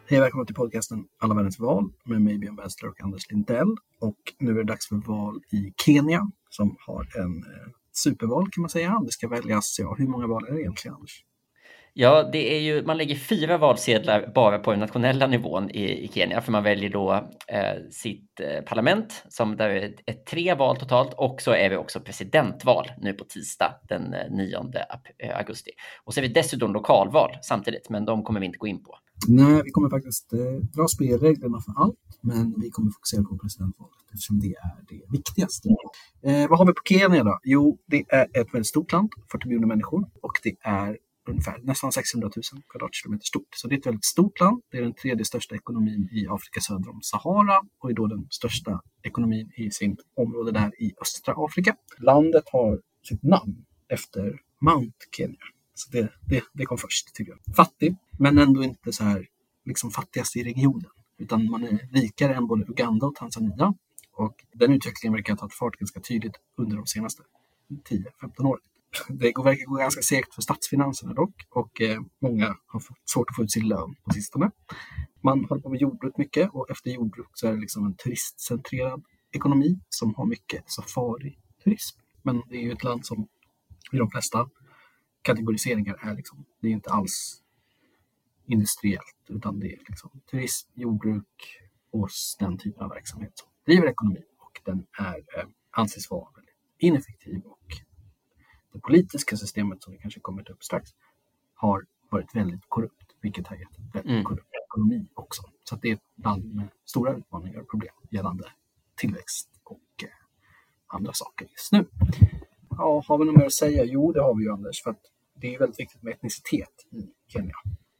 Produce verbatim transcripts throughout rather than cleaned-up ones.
Hej, välkomna till podcasten Alla världens val med mig Björn Westler och Anders Lindell. Och nu är det dags för val i Kenya som har en eh, superval kan man säga. Det ska väljas, ja, hur många val är det egentligen, Anders? Ja, det är ju, man lägger fyra valsedlar bara på den nationella nivån i, i Kenya, för man väljer då eh, sitt eh, parlament som där är ett, tre val totalt, och så är det också presidentval nu på tisdag den eh, nionde augusti. Och så är vi dessutom lokalval samtidigt, men de kommer vi inte gå in på. Nej, vi kommer faktiskt eh, dra spelreglerna för allt, men vi kommer fokusera på presidentvalet eftersom det är det viktigaste. Eh, vad har vi på Kenya då? Jo, det är ett väldigt stort land, fyrtio miljoner människor, och det är ungefär nästan sexhundratusen kvadratkilometer stort. Så det är ett väldigt stort land. Det är den tredje största ekonomin i Afrika söder om Sahara och är då den största ekonomin i sin område där i östra Afrika. Landet har sitt namn efter Mount Kenya. Så det, det, det kom först, tycker jag. Fattig, men ändå inte så här liksom fattigast i regionen. Utan man är rikare än både Uganda och Tanzania. Och den utvecklingen verkar ha tagit fart ganska tydligt under de senaste tio femton åren. Det går, verkar gå ganska segt för statsfinanserna dock, och eh, många har fått svårt att få ut sin lön på sistone. Man håller på med jordbruk mycket, och efter jordbruk så är det liksom en turistcentrerad ekonomi som har mycket safari-turism. Men det är ju ett land som i de flesta kategoriseringar är liksom, det är inte alls industriellt, utan det är liksom turism, jordbruk och den typen av verksamhet som driver ekonomi, och den är eh, anses vara väldigt ineffektiv, och det politiska systemet som vi kanske kommer ta upp strax har varit väldigt korrupt, vilket har gett en väldigt mm. korrupt ekonomi också. Så att det är ett land med stora utmaningar och problem gällande tillväxt och eh, andra saker just nu. Ja, har vi något mer att säga? Jo, det har vi ju, Anders, för att det är väldigt viktigt med etnicitet i Kenya.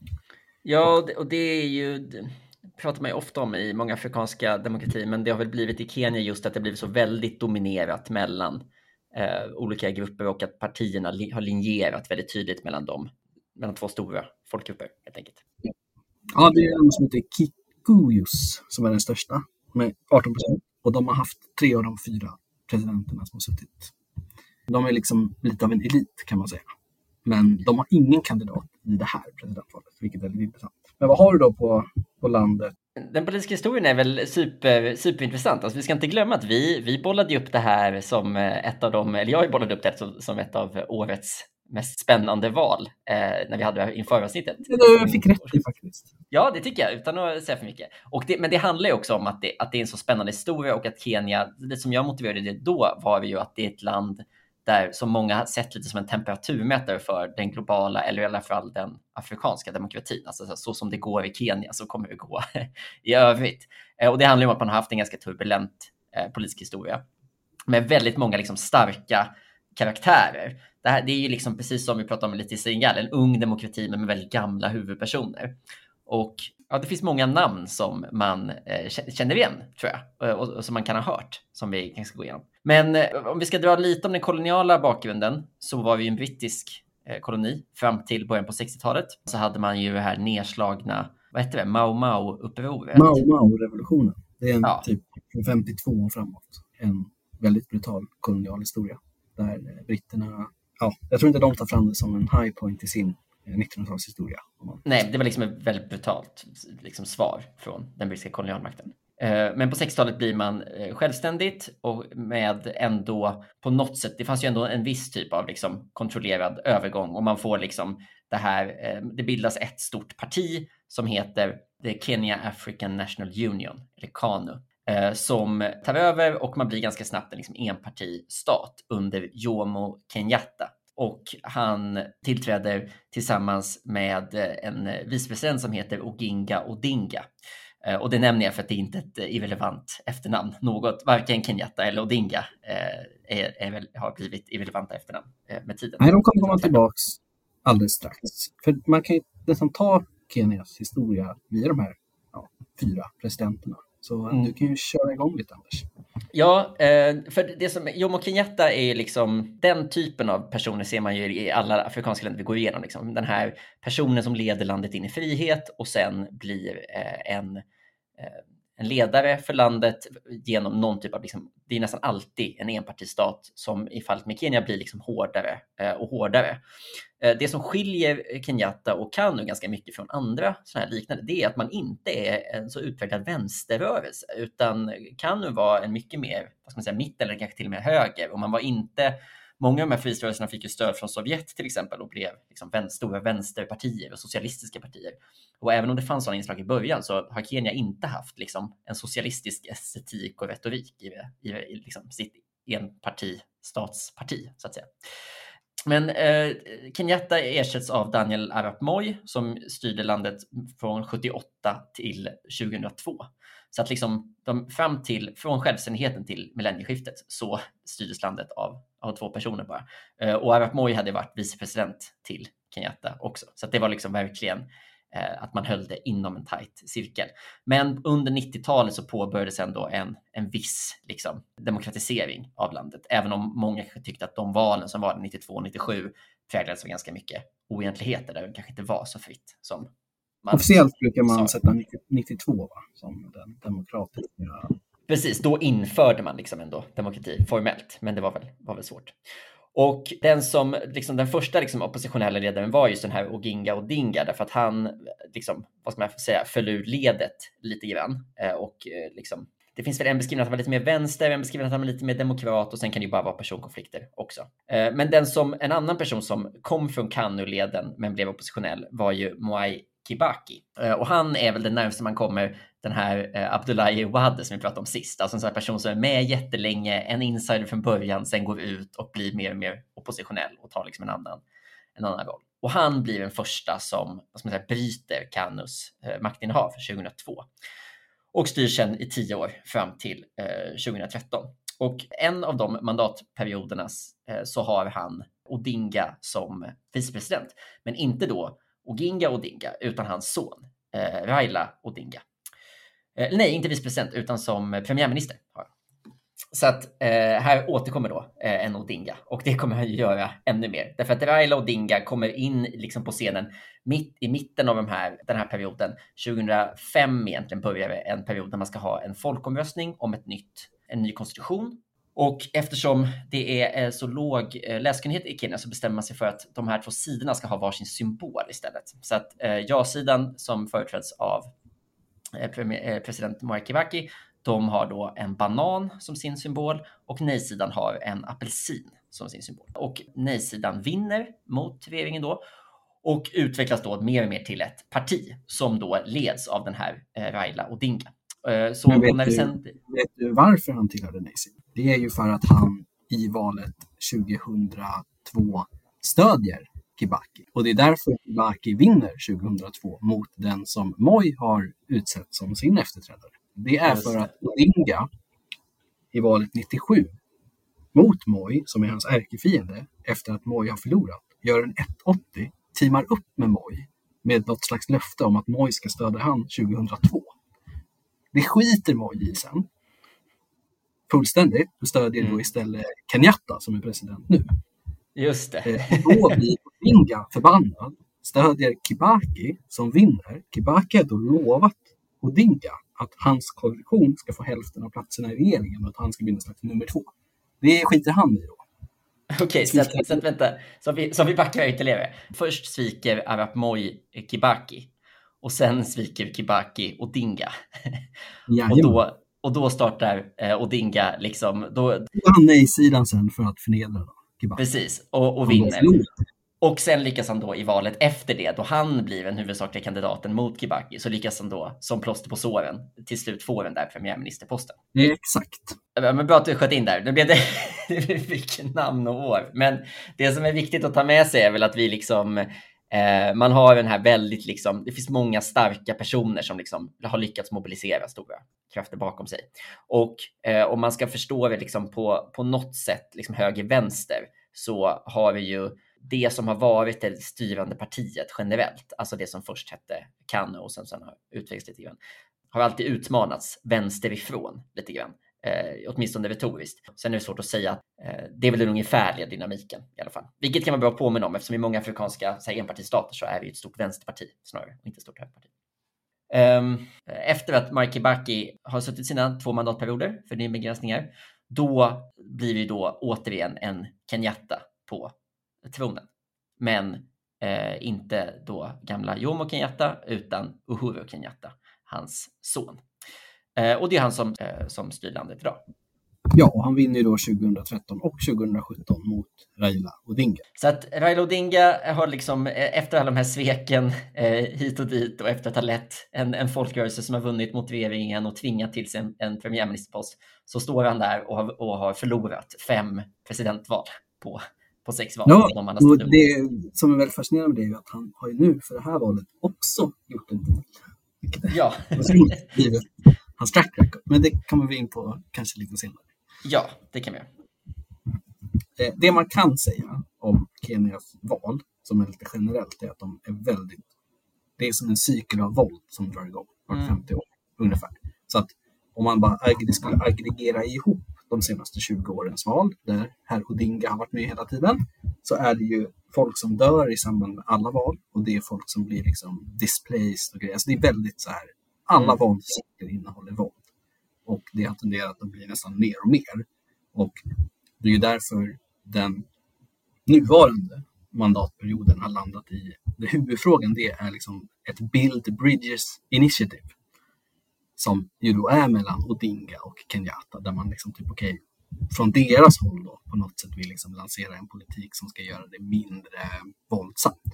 Ja, och det är ju, det pratar man ju ofta om i många afrikanska demokratier, men det har väl blivit i Kenya just att det blivit så väldigt dominerat mellan eh, olika grupper, och att partierna li- har linjerat väldigt tydligt mellan dem, mellan två stora folkgrupper helt enkelt. Ja, det är en som heter Kikuyus som är den största med arton procent, och de har haft tre av de fyra presidenterna som har suttit. De är liksom lite av en elit kan man säga. Men de har ingen kandidat i det här presidentvalet, vilket är lite intressant. Men vad har du då på, på landet? Den politiska historien är väl super, superintressant. Alltså, vi ska inte glömma att vi, vi bollade upp det här som ett av de, eller jag bollade upp det som, som ett av årets mest spännande val eh, när vi hade inför avsnittet. Jag fick rätt i faktiskt. Ja, det tycker jag, utan att säga för mycket. Och det, men det handlar ju också om att det, att det är en så spännande historia, och att Kenya, det som jag motiverade det då var ju att det är ett land där som många har sett lite som en temperaturmätare för den globala, eller i alla fall den afrikanska demokratin. Alltså så, så som det går i Kenya så kommer det gå i övrigt. Eh, och det handlar ju om att man har haft en ganska turbulent eh, politisk historia med väldigt många liksom starka karaktärer. Det, här, det är ju liksom precis som vi pratade om lite i Senegal, en ung demokrati men med väldigt gamla huvudpersoner. Och ja, det finns många namn som man eh, känner igen, tror jag, och, och som man kan ha hört, som vi kanske ska gå igenom. Men eh, om vi ska dra lite om den koloniala bakgrunden, så var vi en brittisk eh, koloni fram till början på sextiotalet. Så hade man ju det här nedslagna, vad heter det, Mau Mau-upproret. Mau Mau-revolutionen. Det är en ja. typ från femtiotvå och framåt. En väldigt brutal kolonial historia. Där eh, britterna, ja, jag tror inte de tar fram det som en high point i sin nittonhundratalshistoria. Nej, det var liksom ett väldigt brutalt liksom, svar från den brittiska kolonialmakten. Men på sextiotalet blir man självständigt, och med ändå på något sätt, det fanns ju ändå en viss typ av liksom kontrollerad övergång, och man får liksom det här, det bildas ett stort parti som heter The Kenya African National Union, eller KANU, som tar över, och man blir ganska snabbt en liksom enpartistat under Jomo Kenyatta. Och han tillträder tillsammans med en vicepresident som heter Oginga Odinga. Och det nämner jag för att det är inte ett irrelevant efternamn. Något, varken Kenyatta eller Odinga är, är väl, har blivit irrelevanta efternamn med tiden. Nej, de kommer komma tillbaks alldeles strax. För man kan ju nästan ta Kenyas historia via de här ja, fyra presidenterna. Så mm. du kan ju köra igång lite, Anders. Ja, för det som Jomo Kenyatta är liksom den typen av personer ser man ju i alla afrikanska länder vi går igenom. Liksom. Den här personen som leder landet in i frihet och sen blir en, en ledare för landet genom någon typ av, liksom, det är nästan alltid en enpartistat som i fallet med Kenya blir liksom hårdare eh, och hårdare. Eh, det som skiljer Kenyatta och KANU ganska mycket från andra sådana här liknande, det är att man inte är en så utpräglad vänsterrörelse, utan KANU var en mycket mer, vad ska man säga, mitt eller kanske till och med höger, och man var inte. Många av de här frihetsrörelserna fick ju stöd från Sovjet till exempel och blev liksom vän, stora vänsterpartier och socialistiska partier. Och även om det fanns sådana inslag i början så har Kenya inte haft liksom en socialistisk estetik och retorik i, i, i liksom sitt enparti-statsparti, så att säga. Men eh, Kenyatta ersätts av Daniel Arap Moi som styrde landet från sjuttioåtta till tjugohundratvå. Så att liksom de, fram till, från självständigheten till millennieskiftet så styrdes landet av, av två personer bara. Eh, och Arap Moi hade varit vicepresident till Kenyatta också. Så att det var liksom verkligen eh, att man höll det inom en tajt cirkel. Men under nittiotalet så påbörjades ändå en, en viss liksom, demokratisering av landet. Även om många tyckte att de valen som var nittiotvå och nittiosju präglades av ganska mycket oegentligheter där det kanske inte var så fritt som man. Officiellt brukar man sa. Sätta nittiotvå va? Som den demokratiska. Precis, då införde man liksom ändå demokrati formellt, men det var väl, var väl svårt. Och den som liksom den första liksom oppositionella ledaren var just den här Oginga Odinga, därför att han liksom, vad ska man säga, föll ur ledet lite grann. Och liksom, det finns väl en beskrivning att han var lite mer vänster, en beskrivning att han var lite mer demokrat, och sen kan det ju bara vara personkonflikter också. Men den som, en annan person som kom från KANU-leden men blev oppositionell var ju Mwai Kibaki. Och han är väl den närmaste man kommer den här eh, Abdullahi Wade som vi pratade om sist. Alltså en sån här person som är med jättelänge, en insider från början, sen går ut och blir mer och mer oppositionell och tar liksom en annan, en annan roll. Och han blir den första som, vad ska man säga, bryter KANUs eh, maktinnehav för tjugohundratvå. Och styr sedan i tio år fram till eh, tjugohundratretton. Och en av de mandatperioderna eh, så har han Odinga som vicepresident. Men inte då Oginga Odinga, utan hans son eh, Raila Odinga. Eh, nej, inte vicepresident, utan som premiärminister. Så att eh, här återkommer då eh, en Odinga, och det kommer han ju göra ännu mer. Därför att Raila Odinga kommer in liksom på scenen mitt, i mitten av de här, den här perioden. tjugohundrafem egentligen börjar en period där man ska ha en folkomröstning om ett nytt, en ny konstitution. Och eftersom det är så låg läskunnighet i Kenya så bestämmer man sig för att de här två sidorna ska ha varsin symbol istället. Så att eh, ja-sidan som företräds av eh, president Mwai Kibaki, de har då en banan som sin symbol, och nej-sidan har en apelsin som sin symbol. Och nej-sidan vinner mot regeringen då och utvecklas då mer och mer till ett parti som då leds av den här eh, Raila Odinga. Eh, så Men vet, när vi sen... du, vet du varför han tillhörde nej-sidan? Det är ju för att han i valet tjugohundratvå stödjer Kibaki. Och det är därför Kibaki vinner tjugohundratvå mot den som Moi har utsett som sin efterträdare. Det är för att Odinga i valet nittiosju mot Moi, som är hans ärkefiende, efter att Moi har förlorat, gör en etthundraåttio, teamar upp med Moi med något slags löfte om att Moi ska stödja han tjugohundratvå. Det skiter Moi i sen. Fullständigt. Då stödjer mm. då istället Kenyatta som är president nu. Just det. Eh, då blir Odinga förbannad. Stödjer Kibaki som vinner. Kibaki har då lovat Odinga att hans koalition ska få hälften av platserna i regeringen och att han ska bli en slags nummer två. Det skiter han i då. Okej, okay, så, att, så att vänta. Så vi, så vi backar ytterligare. Först sviker Arap Moi Kibaki. Och sen sviker Kibaki Odinga. och, då, och då startar eh, Odinga liksom... Då... Han nej-sidan sen för att förnedra då, Kibaki. Precis, och, och vinner. Och sen lyckas han då i valet efter det, då han blir den huvudsakliga kandidaten mot Kibaki, så lyckas han då som plåster på såren till slut få den där premiärministerposten. Exakt. Men bra att du sköt in där. Det blev det, det fick namn och år. Men det som är viktigt att ta med sig är väl att vi liksom... Eh, man har den här väldigt liksom, det finns många starka personer som liksom har lyckats mobilisera stora krafter bakom sig. Och eh, om man ska förstå det liksom på, på något sätt liksom höger-vänster, så har vi ju det som har varit det styrande partiet generellt, alltså det som först hette KANU och sen, sen har utvecklats lite grann, har alltid utmanats vänsterifrån lite grann. Eh, åtminstone retoriskt. Sen är det svårt att säga att eh, det är väl den ungefärliga dynamiken i alla fall. Vilket kan man bra påminna om, eftersom i många afrikanska så här, enpartistater så är det ett stort vänsterparti snarare och inte ett stort högerparti. Um, efter att Mwai Kibaki har suttit sina två mandatperioder för din begränsningar, då blir det då återigen en Kenyatta på tronen. Men eh, inte då gamla Jomo Kenyatta utan Uhuru Kenyatta, hans son. Eh, och det är han som, eh, som styr landet idag. Ja, och han vinner ju då tjugohundratretton och tjugohundrasjutton mot Raila Odinga. Så att Raila Odinga har liksom, efter alla de här sveken eh, hit och dit och efter att ha lett en, en folkrörelse som har vunnit mot regeringen och tvingat till sig en, en premiärministerpost, så står han där och har, och har förlorat fem presidentval på, på sex val. Ja, de och det som är väldigt fascinerande med det är ju att han har ju nu för det här valet också gjort en deal. Vilket ja. är hans track record. Men det kommer vi in på kanske lite senare. Ja, det kan vi göra. Det man kan säga om Kenias val, som är lite generellt, är att de är väldigt... Det är som en cykel av våld som drar igång var femtio år, ungefär. Så att om man bara skulle aggregera ihop de senaste tjugo årens val, där herr Odinga har varit med hela tiden, så är det ju folk som dör i samband med alla val, och det är folk som blir liksom displaced och grejer. Så det är väldigt så här, alla valcykler innehåller våld. Och det har tenderat att bli nästan mer och mer. Och det är ju därför den nuvarande mandatperioden har landat i... Det huvudfrågan det är liksom ett Build Bridges Initiative. Som ju då är mellan Odinga och Kenyatta. Där man liksom typ okej, okay, från deras håll då på något sätt vill liksom lansera en politik som ska göra det mindre våldsamt.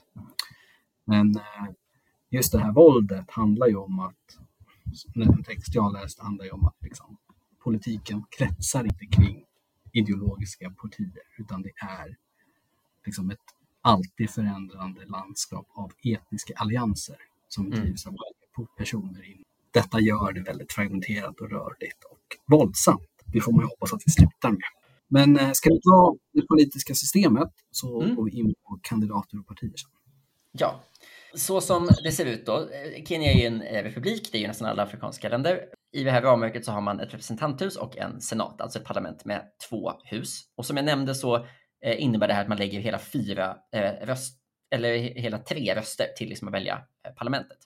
Men just det här våldet handlar ju om att... Den text jag läste handlar ju om att liksom, politiken kretsar inte kring ideologiska partier, utan det är liksom ett alltid förändrande landskap av etniska allianser som drivs av personer in. Detta gör det väldigt fragmenterat och rörligt och våldsamt. Det får man ju hoppas att vi slutar med. Men eh, ska vi ta det politiska systemet så mm. går vi in på kandidater och partier sen. Ja. Så som det ser ut då, Kenya är ju en republik, det är ju nästan alla afrikanska länder. I det här ramverket så har man ett representanthus och en senat, alltså ett parlament med två hus. Och som jag nämnde så innebär det här att man lägger hela fyra röst, eller hela tre röster till liksom att välja parlamentet.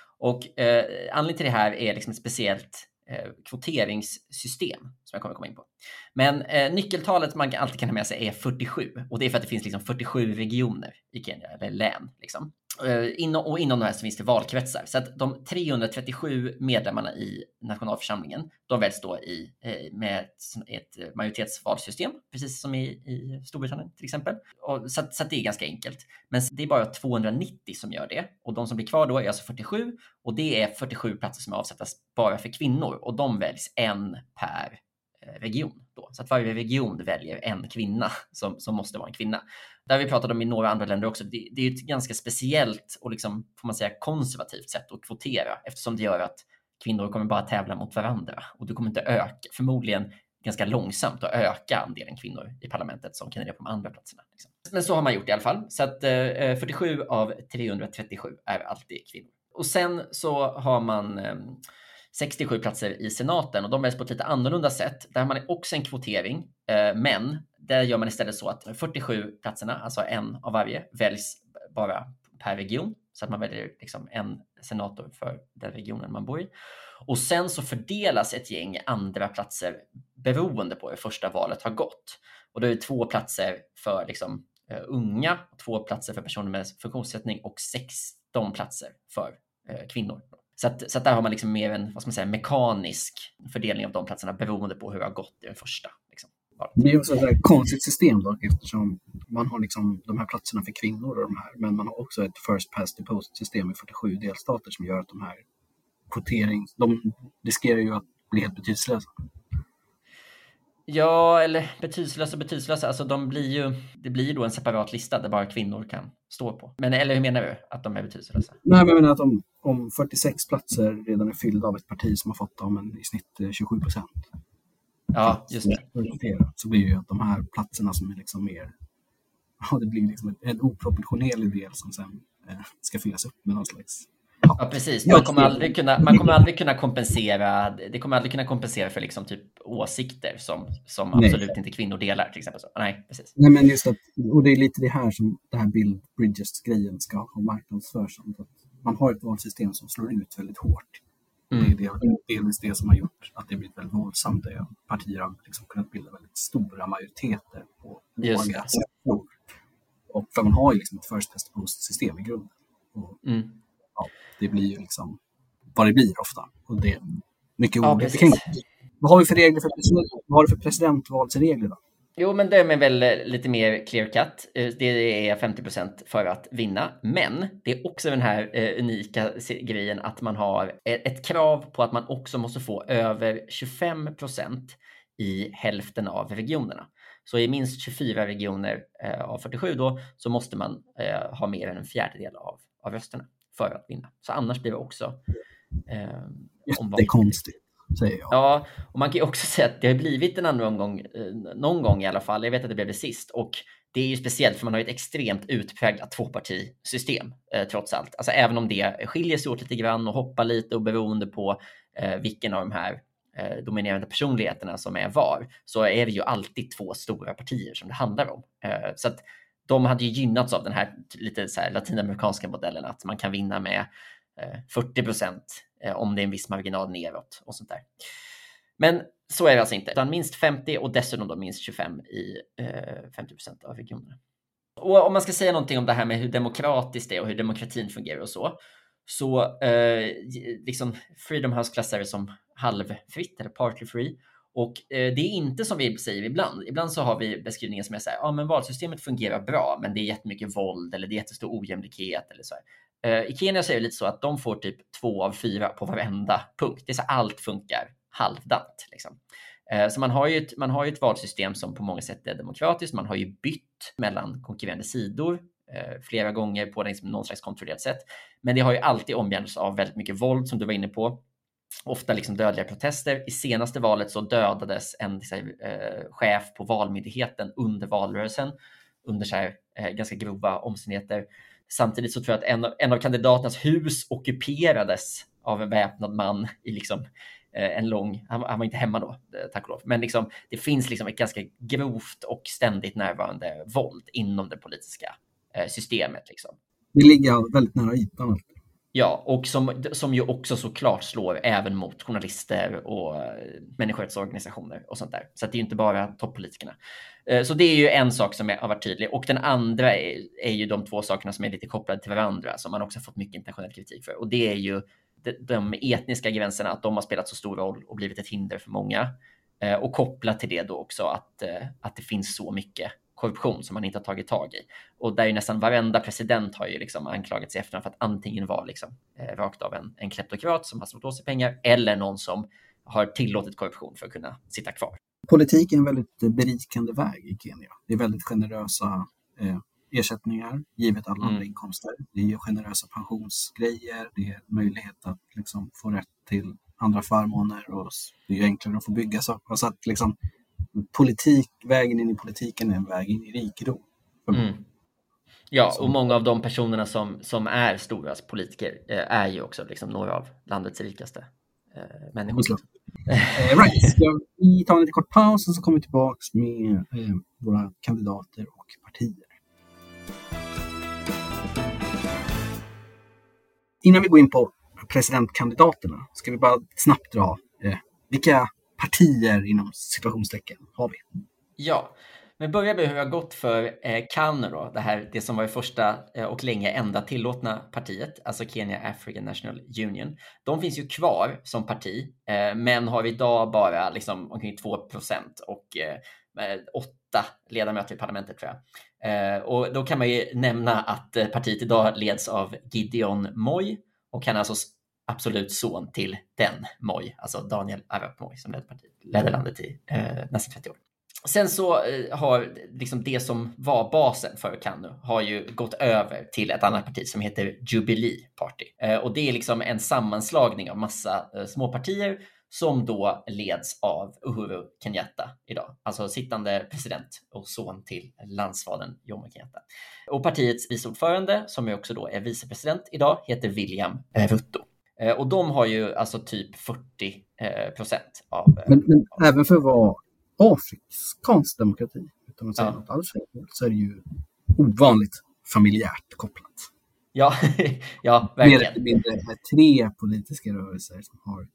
Och eh, anledningen till det här är liksom ett speciellt eh, kvoteringssystem som jag kommer komma in på. Men eh, nyckeltalet man alltid kan ha med sig är fyrtiosju, och det är för att det finns liksom fyrtiosju regioner i Kenya, eller län liksom. Inom, och inom de här så finns det valkretsar. Så att de trehundratrettiosju medlemmarna i nationalförsamlingen, de väljs då i, med ett, ett majoritetsvalsystem, precis som i, i Storbritannien till exempel. Och, så, att, så att det är ganska enkelt. Men det är bara tvåhundranittio som gör det. Och de som blir kvar då är alltså fyrtiosju. Och det är fyrtiosju platser som är avsättas bara för kvinnor. Och de väljs en per region då. Så att varje region väljer en kvinna som, som måste vara en kvinna. Där vi pratade om i några andra länder också. Det, det är ett ganska speciellt och liksom, får man säga, konservativt sätt att kvotera, eftersom det gör att kvinnor kommer bara tävla mot varandra och du kommer inte öka, förmodligen ganska långsamt att öka andelen kvinnor i parlamentet som kan göra på de andra platserna. Liksom. Men så har man gjort i alla fall. Så att eh, fyrtiosju av trehundratrettiosju är alltid kvinnor. Och sen så har man eh, sextiosju platser i senaten, och de väljs på ett lite annorlunda sätt. Där har man också en kvotering, eh, men där gör man istället så att fyrtiosju platserna, alltså en av varje, väljs bara per region. Så att man väljer liksom en senator för den regionen man bor i. Och sen så fördelas ett gäng andra platser beroende på hur första valet har gått. Och då är det två platser för liksom, uh, unga, två platser för personer med funktionsnedsättning och sexton platser för uh, kvinnor. Så att, så att där har man liksom mer en, vad ska man säga, mekanisk fördelning av de platserna beroende på hur det har gått i den första. Liksom. Det är ju ett konstigt system då, eftersom man har liksom de här platserna för kvinnor och de här, men man har också ett first past the post system i fyrtiosju delstater som gör att de här kvotering, de riskerar ju att bli helt betydelselösa. Ja, eller betydelselösa betydelselösa, alltså de blir ju, det blir ju då en separat lista där bara kvinnor kan stå på. Men eller hur menar du att de är betydelselösa? Nej, men jag menar att om, om fyrtiosex platser redan är fyllda av ett parti som har fått dem en, i snitt tjugosju procent. Ja, just det. Så blir det ju att de här platserna som är liksom mer, ja, det blir liksom en oproportionerlig del som sen eh, ska fyllas upp med någon slags. Ja, ja precis. Man kommer aldrig kunna, man kommer aldrig kunna kompensera, det kommer aldrig kunna kompensera för liksom typ åsikter som, som absolut Nej. inte kvinnor delar till exempel. Så. Nej, precis. Nej, men just att, och det är lite det här som det här Build Bridges-grejen ska ha marknadsförs som. man har ett valsystem som slår ut väldigt hårt. Mm. Det är delvis det som har gjort att det blivit väldigt våldsamt. Det partier har liksom kunnat bilda väldigt stora majoriteter på låga siffror. Och för man har ju liksom ett first past post system i grunden. Och, mm. ja, det blir ju liksom vad det blir ofta. Och det är mycket Ja, oroligt. Ja, vad har vi för regler för president, vad har du för presidentvalsregler då? Jo, men det är väl lite mer clear cut. Det är femtio procent för att vinna. Men det är också den här unika grejen att man har ett krav på att man också måste få över tjugofem procent i hälften av regionerna. Så i minst tjugofyra regioner av fyrtiosju då så måste man ha mer än en fjärdedel av, av rösterna för att vinna. Så annars blir det också eh, det är konstigt. Säger jag. Ja, och man kan ju också säga att det har blivit en andra omgång eh, någon gång i alla fall. Jag vet att det blev det sist och det är ju speciellt för man har ett extremt utpräglat tvåpartisystem eh, trots allt. Alltså även om det skiljer sig åt lite grann och hoppar lite och beroende på eh, vilken av de här eh, dominerande personligheterna som är var, så är det ju alltid två stora partier som det handlar om. Eh, så att de hade ju gynnats av den här lite så här latinamerikanska modellen att man kan vinna med eh, fyrtio procent om det är en viss marginal neråt och sånt där. Men så är det alltså inte. Utan minst femtio och dessutom då minst tjugofem i eh, femtio procent av regionerna. Och om man ska säga någonting om det här med hur demokratiskt det är och hur demokratin fungerar och så. Så eh, liksom Freedom House klassar det som halvfritt eller partly free. Och eh, det är inte som vi säger ibland. Ibland så har vi beskrivningar som är så här, ja men valsystemet fungerar bra men det är jättemycket våld eller det är jättestor ojämlikhet eller så här. I Kenya så är det lite så att de får typ två av fyra på varenda punkt. Det är så allt funkar halvdant. Liksom. Så man har, ju ett, man har ju ett valsystem som på många sätt är demokratiskt. Man har ju bytt mellan konkurrerande sidor eh, flera gånger på liksom någon slags kontrollerat sätt. Men det har ju alltid omgärdats av väldigt mycket våld som du var inne på. Ofta liksom dödliga protester. I senaste valet så dödades en så här, eh, chef på valmyndigheten under valrörelsen. Under så här, eh, ganska grova omständigheter. Samtidigt så tror jag att en av, en av kandidaternas hus ockuperades av en väpnad man i liksom eh, en lång, han, han var inte hemma då, tack och lov. Men liksom, det finns liksom ett ganska grovt och ständigt närvarande våld inom det politiska eh, systemet. Liksom. Det ligger väldigt nära ytan. Ja, och som, som ju också såklart slår även mot journalister och människorättsorganisationer och sånt där. Så att det är ju inte bara toppolitikerna. Så det är ju en sak som är, har varit tydlig. Och den andra är, är ju de två sakerna som är lite kopplade till varandra som man också har fått mycket internationell kritik för. Och det är ju de, de etniska gränserna, att de har spelat så stor roll och blivit ett hinder för många. Och kopplat till det då också att, att det finns så mycket korruption som man inte har tagit tag i. Och där är ju nästan varenda president har ju liksom anklagats i efterhand för att antingen vara liksom, eh, rakt av en, en kleptokrat som har slått åt sig pengar eller någon som har tillåtit korruption för att kunna sitta kvar. Politik är en väldigt berikande väg i Kenya. Det är väldigt generösa eh, ersättningar givet alla mm. andra inkomster. Det är generösa pensionsgrejer. Det är möjlighet att liksom, få rätt till andra förmåner och det är enklare att få bygga saker. Så att liksom politik, vägen in i politiken är en väg in i rikedom. Mm. Ja, och många av de personerna som, som är stora politiker eh, är ju också liksom några av landets rikaste eh, människor. eh, right. Ska vi ta en lite kort paus och så kommer vi tillbaka med eh, våra kandidater och partier. Innan vi går in på presidentkandidaterna ska vi bara snabbt dra eh, vilka partier inom situationstecken har vi? Ja, men börjar med hur det har gått för eh, KANU då, det här det som var det första eh, och länge enda tillåtna partiet, alltså Kenya African National Union. De finns ju kvar som parti, eh, men har idag bara liksom omkring två procent och eh, åtta ledamöter i parlamentet tror jag. Eh, och då kan man ju nämna att eh, partiet idag leds av Gideon Moi och han är alltså absolut son till den Moi, alltså Daniel Arap Moi som ledde, partiet, ledde landet i eh, nästan trettio år. Sen så eh, har liksom det som var basen för KANU har ju gått över till ett annat parti som heter Jubilee Party. Eh, och det är liksom en sammanslagning av massa eh, små partier som då leds av Uhuru Kenyatta idag. Alltså sittande president och son till landsfadern Jomo Kenyatta. Och partiets viceordförande, som är också då är vicepresident idag, heter William Ruto. Och de har ju alltså typ fyrtio procent av... Men, men av, även för att vara afrikansk demokrati, utan att säga ja. något alls, så är det ju ovanligt familjärt kopplat. Ja, ja, Mer verkligen. eller mindre med tre politiska rörelser som har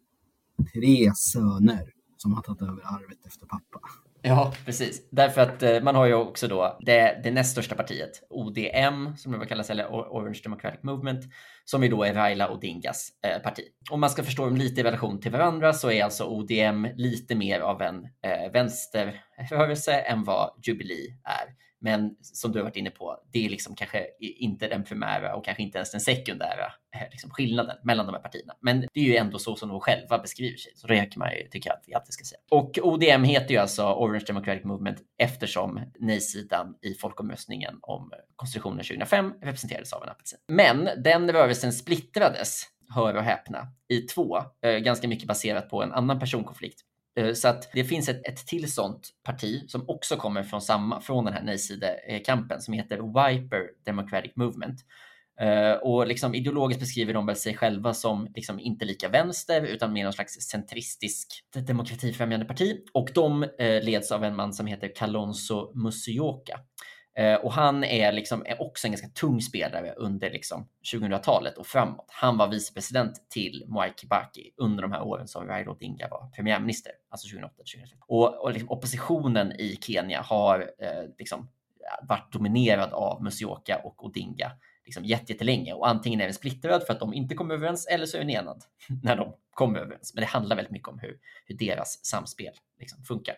tre söner som har tagit över arvet efter pappa. Ja, precis. Därför att eh, man har ju också då det, det näst största partiet, O D M, som det kallas, eller Orange Democratic Movement, som ju då är Raila Odingas eh, parti. Om man ska förstå dem lite i relation till varandra så är alltså O D M lite mer av en eh, vänsterrörelse än vad Jubilee är. Men som du har varit inne på, det är liksom kanske inte den primära och kanske inte ens den sekundära liksom skillnaden mellan de här partierna. Men det är ju ändå så som de själva beskriver sig. Så det kan man ju tycka att vi alltid ska säga. Och O D M heter ju alltså Orange Democratic Movement eftersom nej-sidan i folkomröstningen om konstitutionen tjugohundrafem representerades av en apelsin. Men den rörelsen splittrades, hör och häpna, i två. Ganska mycket baserat på en annan personkonflikt. Så att det finns ett, ett till sånt parti som också kommer från, samma, från den här nej-sidekampen som heter Wiper Democratic Movement. Uh, och liksom ideologiskt beskriver de väl sig själva som liksom inte lika vänster utan mer någon slags centristisk demokratifrämjande parti. Och de uh, leds av en man som heter Kalonzo Musyoka. Uh, och han är, liksom, är också en ganska tung spelare under liksom, tjugohundratalet och framåt. Han var vicepresident till Mwai Kibaki under de här åren som Raila Odinga var premiärminister, alltså tjugohundraåtta till tjugohundratretton. Och, och liksom, oppositionen i Kenya har uh, liksom, varit dominerad av Musyoka och Odinga liksom jättelänge, och antingen är den splittrad för att de inte kommer överens eller så är den enad när de kommer överens. Men det handlar väldigt mycket om hur, hur deras samspel liksom funkar.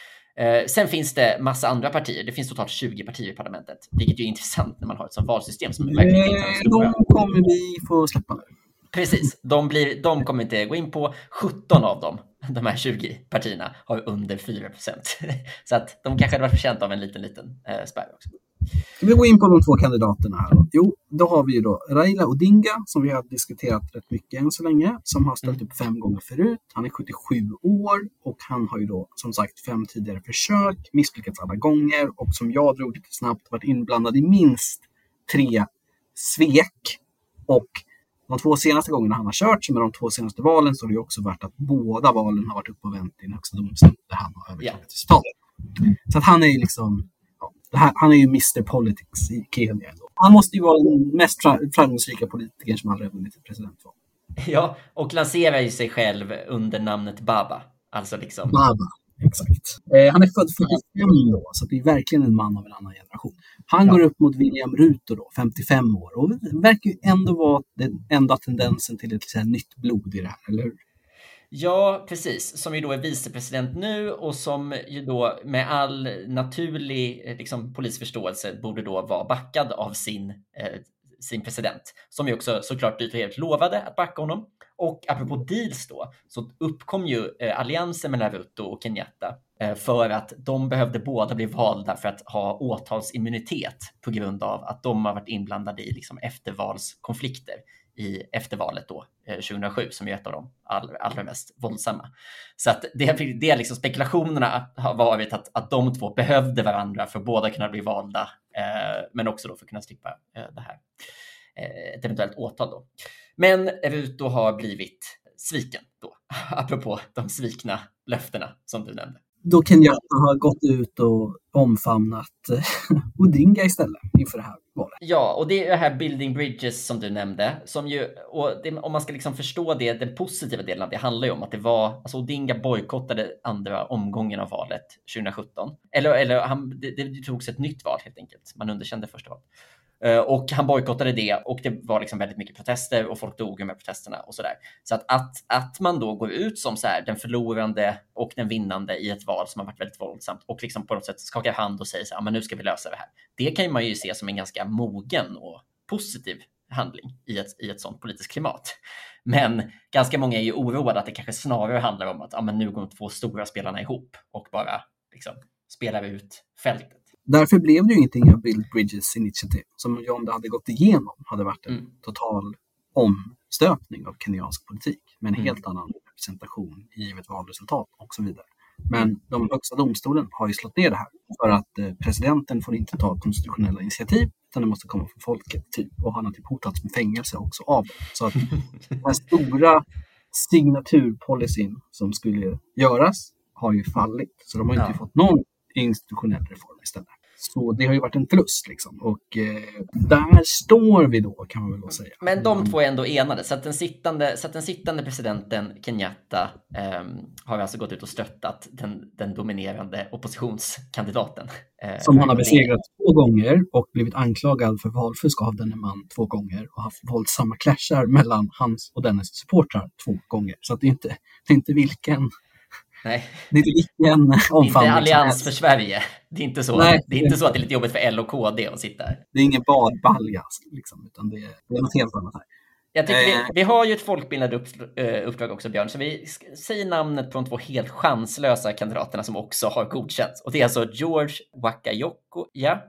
Eh, sen finns det massa andra partier. Det finns totalt tjugo partier i parlamentet, vilket ju är intressant när man har ett sånt valsystem som är verkligen eh, de kommer vi få släppa nu. Precis, de, blir, de kommer inte gå in på. Sjutton av dem, de här tjugo partierna, har under fyra procent. Så att de kanske hade varit förtjänta av en liten, liten eh, spärr också. Ska vi gå in på de två kandidaterna här då? Jo, då har vi ju då Raila Odinga som vi har diskuterat rätt mycket än så länge, som har ställt upp fem gånger förut. Han är sjuttiosju år och han har ju då som sagt fem tidigare försök, misslyckats alla gånger och som jag drog lite snabbt varit inblandad i minst tre svek. Och de två senaste gångerna han har kört, som är de två senaste valen, så har det ju också varit att båda valen har varit uppe och vänt i den högsta domstolen där han har överklagat resultatet. Så att han är ju liksom Det här, han är ju mister Politics i Kenya. Han måste ju vara den mest framgångsrika politikern som aldrig har vunnit ett presidentval. Ja, och lanserar ju sig själv under namnet Baba. Alltså liksom... Baba, exakt. Eh, han är född fyrtiofem då, så det är verkligen en man av en annan generation. Han ja. går upp mot William Ruto då, femtiofem år. Och det verkar ju ändå vara den enda tendensen till ett så här, nytt blod i det här, eller hur? Ja, precis. Som ju då är vicepresident nu och som ju då med all naturlig liksom, polisförståelse borde då vara backad av sin, eh, sin president. Som ju också såklart dyrt och helt lovade att backa honom. Och apropå deals då, så uppkom ju eh, alliansen mellan Ruto och Kenyatta eh, för att de behövde båda bli valda för att ha åtalsimmunitet på grund av att de har varit inblandade i liksom, eftervalskonflikter i eftervalet då, eh, tjugohundrasju, som är ett av de all, allra mest våldsamma. Så att det, det liksom spekulationerna har varit att, att de två behövde varandra för att båda kunna bli valda, eh, men också då för att kunna slippa eh, det här. Eh, ett eventuellt åtal då. Men Ruto har blivit sviken då, apropå de svikna löftena som du nämnde. Då Kenyatta har gått ut och omfamnat Odinga istället inför det här valet. Ja, och det är det här Building Bridges som du nämnde. Som ju, och det, om man ska liksom förstå det, den positiva delen av det handlar ju om att det var, alltså Odinga bojkottade andra omgången av valet tjugosjutton. Eller, eller han, det, det togs ett nytt val helt enkelt. Man underkände första valet. Och han bojkottade det och det var liksom väldigt mycket protester och folk dog med protesterna och sådär. Så att, att, att man då går ut som så här, den förlorande och den vinnande i ett val som har varit väldigt våldsamt och liksom på något sätt skakar hand och säger så här, men nu ska vi lösa det här. Det kan man ju se som en ganska mogen och positiv handling i ett, i ett sånt politiskt klimat. Men ganska många är ju oroade att det kanske snarare handlar om att ja, men nu går de två stora spelarna ihop och bara liksom spelar ut fältet. Därför blev det ju ingenting av Build Bridges initiativ som om det hade gått igenom hade varit en mm. total omstöpning av kenyansk politik med en mm. helt annan representation givet valresultat och så vidare. Men de högsta domstolen har ju slått ner det här för att eh, presidenten får inte ta konstitutionella initiativ utan det måste komma från folket typ, och han har typ hotats med fängelse också av det. Så att den stora signaturpolicyn som skulle göras har ju fallit, så de har inte ja. fått någon institutionell reform istället. Så det har ju varit en förlust liksom. Och eh, där står vi då, kan man väl då säga. Men de två är ändå enade. Så att den sittande, så att den sittande presidenten Kenyatta eh, har alltså gått ut och stöttat den, den dominerande oppositionskandidaten. Eh, Som han har besegrat två gånger och blivit anklagad för valfusk av denne man två gånger. Och haft våldsamma clashar mellan hans och dennes supportrar två gånger. Så att det är inte, det är inte vilken... Nej. Det är inte vilken omfamning. Inte allians för Sverige. Det är inte så. Nej. Det är inte så att det är lite jobbigt för L och K D att sitta här. Det är ingen badbalja liksom, utan det är, det är något helt annat här. Jag tycker Eh. vi, vi har ju ett folkbildande upp, uppdrag också, Björn. Så vi säger namnet på de två helt chanslösa kandidaterna som också har godkänts. Och det är alltså George Wakayokoya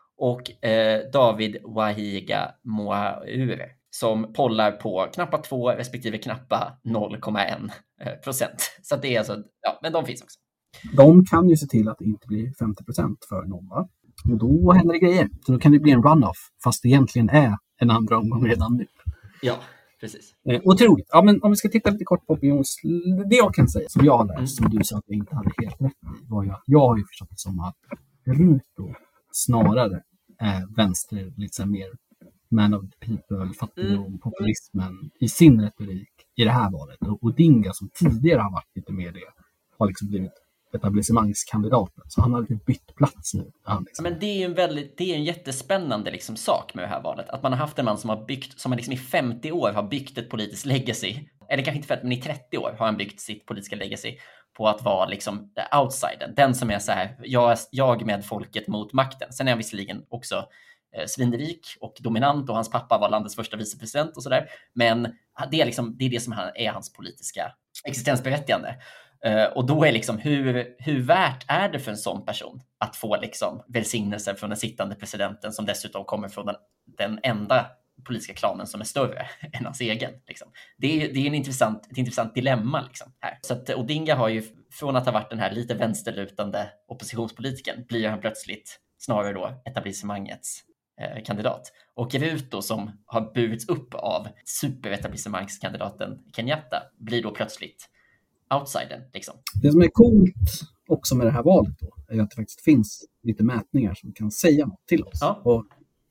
och eh, David Wahiga Moaure, som pollar på knappa två respektive knappa noll komma ett procent. Så att det är alltså, ja, men de finns också. De kan ju se till att det inte blir femtio procent för någon, va? Och då händer det grejer. Så då kan det bli en runoff, fast det egentligen är en andra omgång redan nu. Ja, precis. Eh, otroligt. Ja, men om vi ska titta lite kort på opinions... Det jag kan säga, som jag har läst, som du sa att jag inte hade helt rätt i, var ju att jag har ju förstått det som att Ruto snarare är vänster, lite så mer man of the people, fattigdom, mm. populismen i sin retorik i det här valet. Och Odinga, som tidigare har varit lite mer det, har liksom blivit etablissemangskandidaten. Så han har lite bytt plats nu. Han liksom. Men det är ju en väldigt, det är en jättespännande liksom sak med det här valet. Att man har haft en man som har byggt, som liksom i femtio år har byggt ett politiskt legacy. Eller kanske inte femtio, men i trettio år har han byggt sitt politiska legacy på att vara liksom outsidern. Den som är så här, jag, jag med folket mot makten. Sen är han visserligen också eh, svinrik och dominant, och hans pappa var landets första vicepresident och sådär. Men det är liksom, det är det som är hans politiska existensberättigande. Uh, och då är liksom hur, hur värt är det för en sån person att få liksom välsignelser från den sittande presidenten, som dessutom kommer från den, den enda politiska klanen som är större än hans egen. Liksom. Det är, det är en intressant, ett intressant dilemma liksom, här. Så att Odinga har ju, från att ha varit den här lite vänsterlutande oppositionspolitiken, blir han plötsligt snarare då etablissemangets eh, kandidat. Och Ruto, som har burits upp av superetablissemangskandidaten Kenyatta, blir då plötsligt outsidern, liksom. Det som är coolt också med det här valet då, är att det faktiskt finns lite mätningar som kan säga något till oss. Ja. Och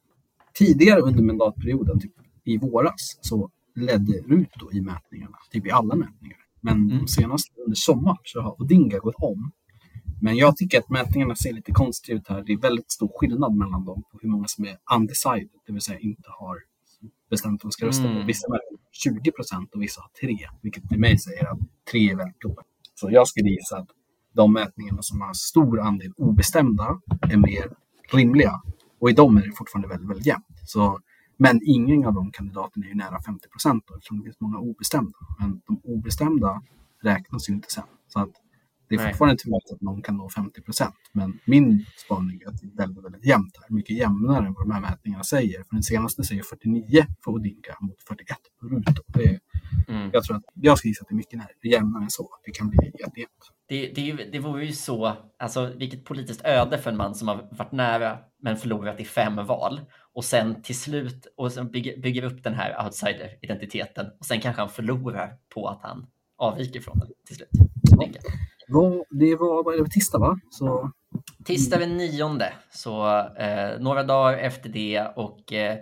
tidigare under mandatperioden, typ i våras, så ledde Ruto i mätningarna, typ i alla mätningar. Men mm. de senaste under sommar så har Odinga gått om. Men jag tycker att mätningarna ser lite konstigt ut här. Det är väldigt stor skillnad mellan dem på hur många som är undecided, det vill säga inte har bestämt att de ska rösta mm. på. Vissa har tjugo procent och vissa har tre, vilket till mig säger att tre är väldigt lågt. Så jag skulle gissa att de mätningarna som har stor andel obestämda är mer rimliga. Och i dem är det fortfarande väldigt, väldigt jämnt. Så, men ingen av de kandidaterna är ju nära femtio procent då, eftersom det finns många obestämda. Men de obestämda räknas ju inte sen. Så att det är Nej. fortfarande troligt att någon kan nå femtio procent. Men min spaning är att det är väldigt, väldigt jämnt här. Mycket jämnare än vad de här mätningarna säger. För den senaste säger fyrtionio för Odinga mot fyrtioett på Ruto. Det är, mm. Jag tror att jag ska gissa att det är mycket nära. Det är jämnare än så. Det kan bli jättejämnt. Det, det, det vore ju så, alltså vilket politiskt öde för en man som har varit nära men förlorat i fem val. Och sen till slut, och sen bygger, bygger upp den här outsider-identiteten. Och sen kanske han förlorar på att han avviker från den till slut. Ja. Vad, det var, vad är det, tisdag va? Så... Tisdag den nionde, så eh, några dagar efter det och eh,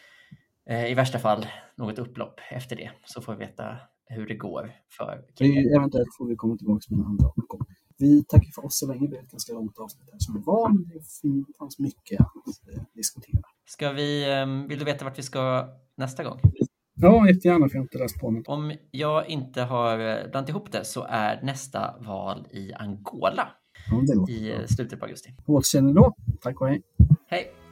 i värsta fall något upplopp efter det, så får vi veta hur det går för Kenya. Eventuellt får vi komma tillbaka med en andra omgång. Vi tackar för oss så länge, det är ett ganska långt avsnitt här som var, men det fanns mycket att eh, diskutera. Ska vi, eh, vill du veta vart vi ska nästa gång? Ja, jättegärna, för jag har inte läst på något. Om jag inte har blandat ihop det så är nästa val i Angola ja, i slutet på augusti. På återseende då. Tack och hej. Hej.